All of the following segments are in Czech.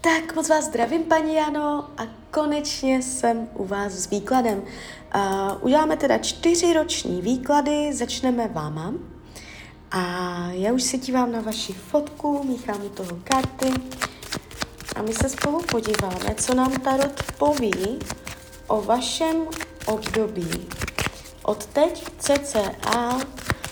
Tak moc vás zdravím, paní Jano, a konečně jsem u vás s výkladem. Uděláme teda 4roční výklady, začneme váma. A já už se dívám na vaši fotku, míchám u toho karty a my se spolu podíváme, co nám Tarot poví o vašem období. Od teď cca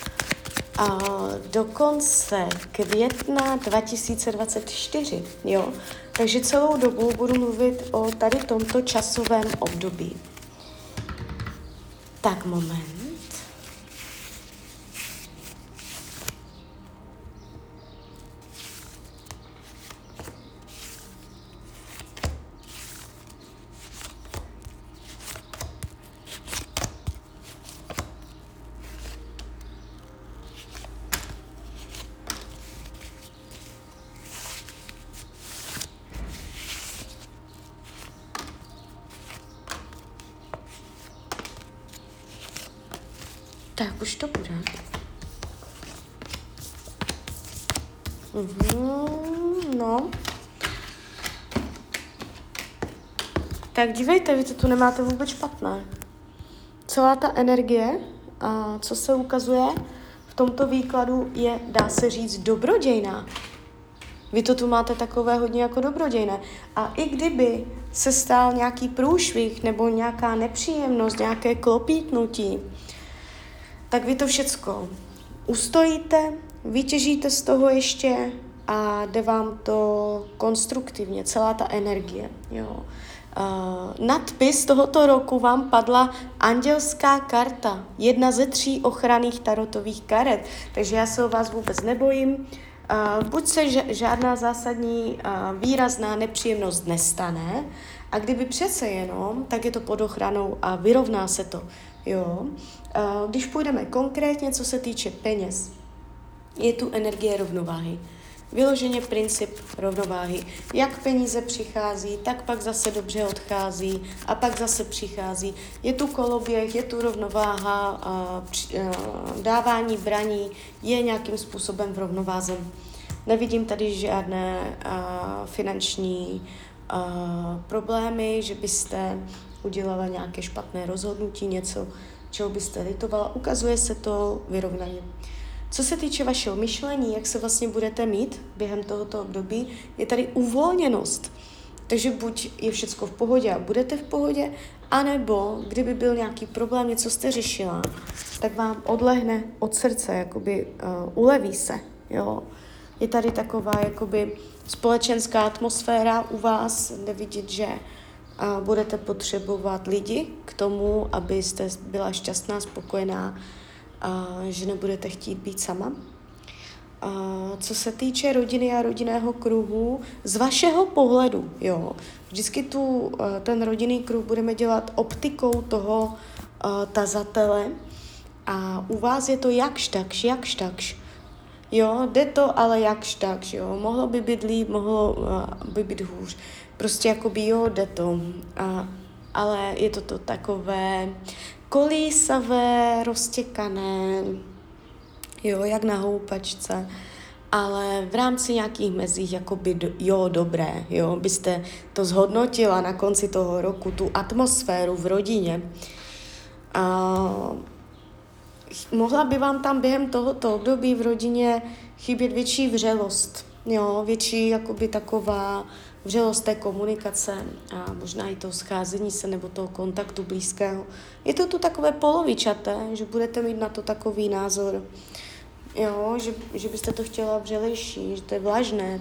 do konce května 2024, jo? Takže celou dobu budu mluvit o tady tomto časovém období. Tak moment. Tak už to bude. No. Tak dívejte, vy to tu nemáte vůbec špatné. Celá ta energie, co se ukazuje v tomto výkladu, je, dá se říct, dobrodějná. Vy to tu máte takové hodně jako dobrodějné. A i kdyby se stál nějaký průšvih nebo nějaká nepříjemnost, nějaké klopítnutí, tak vy to všecko ustojíte, vytěžíte z toho ještě a jde vám to konstruktivně, celá ta energie. Jo. Nadpis tohoto roku vám padla andělská karta, 1 ze 3 ochranných tarotových karet, takže já se o vás vůbec nebojím. Buď se žádná zásadní výrazná nepříjemnost nestane, a kdyby přece jenom, tak je to pod ochranou a vyrovná se to. Jo. Když půjdeme konkrétně, co se týče peněz, je tu energie rovnováhy. Vyloženě princip rovnováhy. Jak peníze přichází, tak pak zase dobře odchází a pak zase přichází. Je tu koloběh, je tu rovnováha, dávání, braní je nějakým způsobem v rovnováze. Nevidím tady žádné finanční problémy, že byste udělala nějaké špatné rozhodnutí, něco, čeho byste litovala. Ukazuje se to vyrovnaně. Co se týče vašeho myšlení, jak se vlastně budete mít během tohoto období, je tady uvolněnost. Takže buď je všecko v pohodě a budete v pohodě, anebo kdyby byl nějaký problém, něco jste řešila, tak vám odlehne od srdce, jakoby uleví se. Jo. Je tady taková jakoby společenská atmosféra u vás, jde vidět, že budete potřebovat lidi k tomu, abyste byla šťastná, spokojená, že nebudete chtít být sama. Co se týče rodiny a rodinného kruhu, z vašeho pohledu, jo, vždycky ten rodinný kruh budeme dělat optikou toho tazatele a u vás je to jakž takž. Jo, jde to, ale jakž takž, jo. Mohlo by být líp, mohlo by být hůř. Prostě jakoby jo, jde to. Ale je to takové kolísavé, roztěkané, jo, jak na houpačce. Ale v rámci nějakých mezích, jakoby jo, dobré, jo, byste to zhodnotila na konci toho roku, tu atmosféru v rodině. Mohla by vám tam během tohoto období v rodině chybět větší vřelost, jo, větší jakoby taková vřelost té komunikace a možná i toho scházení se nebo toho kontaktu blízkého. Je to tu takové polovičaté, že budete mít na to takový názor, jo, že byste to chtěla vřelejší, že to je vlažné.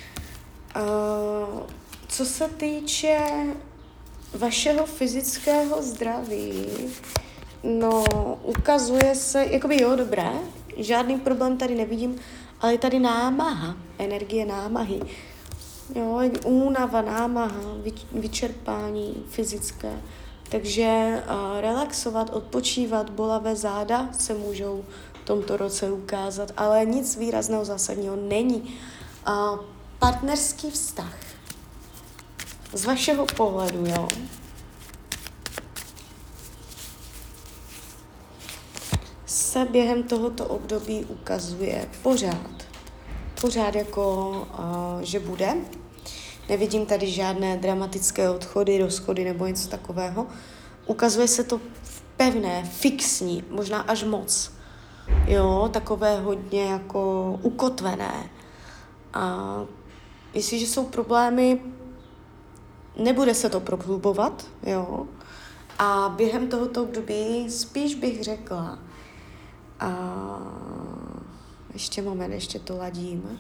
Co se týče vašeho fyzického zdraví, no, ukazuje se, jakoby jo, dobré, žádný problém tady nevidím, ale je tady námaha, energie námahy. Jo, únava, námaha, vyčerpání fyzické. Takže relaxovat, odpočívat, bolavé záda se můžou v tomto roce ukázat, ale nic výrazného zásadního není. Partnerský vztah. Z vašeho pohledu, jo, se během tohoto období ukazuje pořád jako, že bude. Nevidím tady žádné dramatické odchody, rozchody nebo něco takového. Ukazuje se to pevné, fixní, možná až moc. Jo, takové hodně jako ukotvené. A jestliže jsou problémy, nebude se to prohlubovat, jo. A během tohoto období spíš bych řekla, ještě moment, ještě to ladím.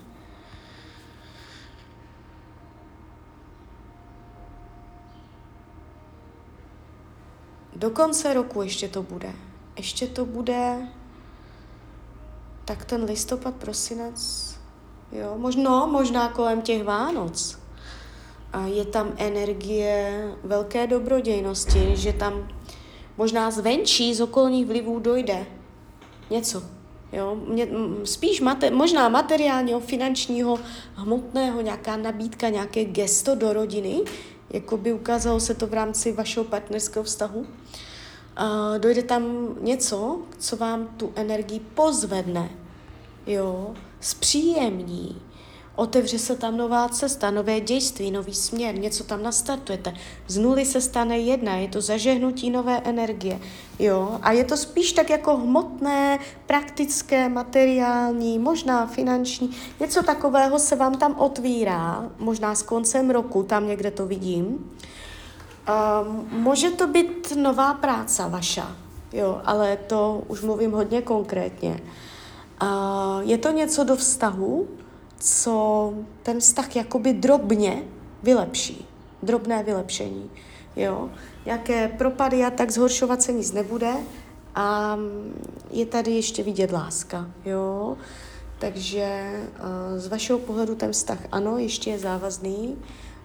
Do konce roku ještě to bude tak ten listopad, prosinec, jo, možná kolem těch Vánoc. A je tam energie velké dobrodějnosti, že tam možná zvenčí z okolních vlivů dojde něco. Jo? Spíš možná materiálního, finančního, hmotného, nějaká nabídka, nějaké gesto do rodiny, jako by ukázalo se to v rámci vašeho partnerského vztahu. Dojde tam něco, co vám tu energii pozvedne, jo? Zpříjemní. Otevře se tam nová cesta, nové dějství, nový směr, něco tam nastartujete. Z nuly se stane jedna, je to zažehnutí nové energie. Jo? A je to spíš tak jako hmotné, praktické, materiální, možná finanční. Něco takového se vám tam otvírá, možná s koncem roku, tam někde to vidím. Může to být nová práce vaša, jo? Ale to už mluvím hodně konkrétně. Je to něco do vztahu, co ten vztah jakoby drobně vylepší. Drobné vylepšení. Jo? Nějaké propady a tak zhoršovat se nic nebude a je tady ještě vidět láska. Jo? Takže z vašeho pohledu ten vztah ano, ještě je závazný.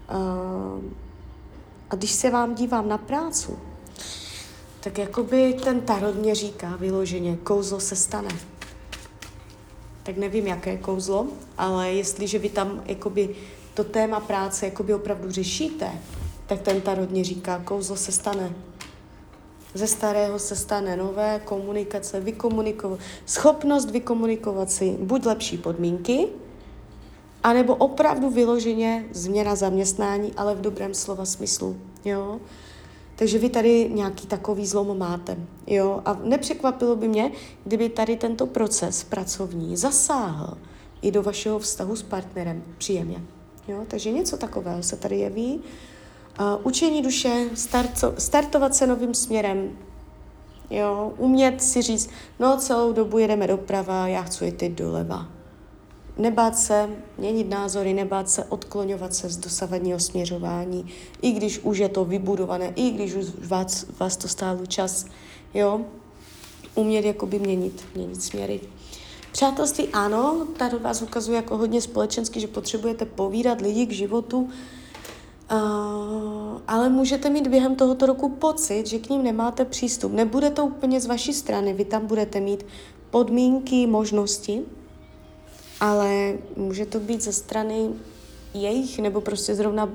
A když se vám dívám na prácu, tak jakoby ten tarot mě říká vyloženě, kouzlo se stane. Tak nevím, jaké kouzlo, ale jestliže vy tam jakoby to téma práce jakoby opravdu řešíte, tak ten tarot mě říká, kouzlo se stane. Ze starého se stane nové, komunikace, schopnost vykomunikovat si buď lepší podmínky, anebo opravdu vyloženě změna zaměstnání, ale v dobrém slova smyslu. Jo? Takže vy tady nějaký takový zlom máte. Jo? A nepřekvapilo by mě, kdyby tady tento proces pracovní zasáhl i do vašeho vztahu s partnerem příjemně. Jo? Takže něco takového se tady jeví. Učení duše, startovat se novým směrem. Jo? Umět si říct, celou dobu jedeme doprava, já chci jít teď doleva. Nebát se měnit názory, nebát se odkloňovat se z dosavadního směřování, i když už je to vybudované, i když už vás to stálo čas, jo, umět jakoby měnit směry. Přátelství ano, tady vás ukazuje jako hodně společensky, že potřebujete povídat lidi k životu, ale můžete mít během tohoto roku pocit, že k ním nemáte přístup. Nebude to úplně z vaší strany, vy tam budete mít podmínky, možnosti, ale může to být ze strany jejich, nebo prostě zrovna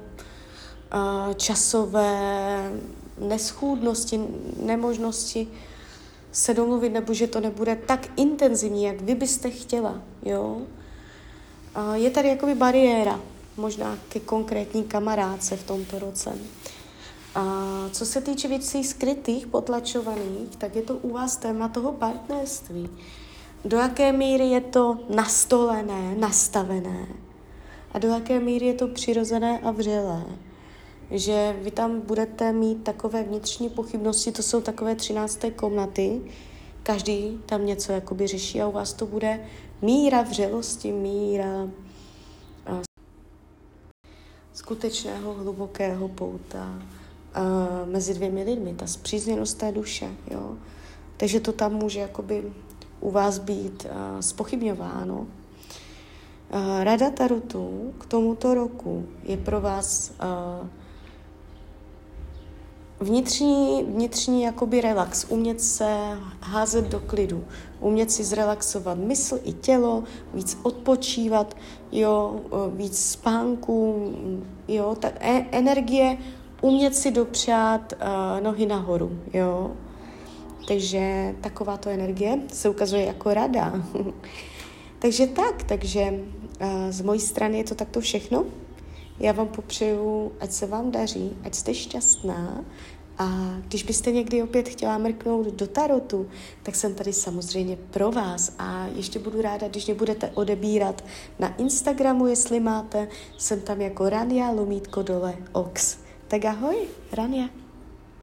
časové neschůdnosti, nemožnosti se domluvit, nebo že to nebude tak intenzivní, jak vy byste chtěla. Jo? Je tady jakoby bariéra, možná ke konkrétní kamarádce v tomto roce. Co se týče věcí skrytých, potlačovaných, tak je to u vás téma toho partnerství. Do jaké míry je to nastolené, nastavené a do jaké míry je to přirozené a vřelé. Že vy tam budete mít takové vnitřní pochybnosti, to jsou takové 13. komnaty, každý tam něco jakoby řeší a u vás to bude míra vřelosti, míra skutečného hlubokého pouta mezi dvěmi lidmi, ta spřízněnost té duše. Jo? Takže to tam může jakoby u vás být zpochybňováno. Rada tarotu k tomuto roku je pro vás vnitřní jakoby relax, umět se házet do klidu, umět si zrelaxovat mysl i tělo, víc odpočívat, jo, víc spánku, jo, ta energie, umět si dopřát nohy nahoru, jo. Takže takováto energie se ukazuje jako rada. takže z mojí strany je to takto všechno. Já vám popřeju, ať se vám daří, ať jste šťastná a když byste někdy opět chtěla mrknout do tarotu, tak jsem tady samozřejmě pro vás a ještě budu ráda, když mě budete odebírat na Instagramu, jestli máte, jsem tam jako Rania _Ox. Tak ahoj, Rania.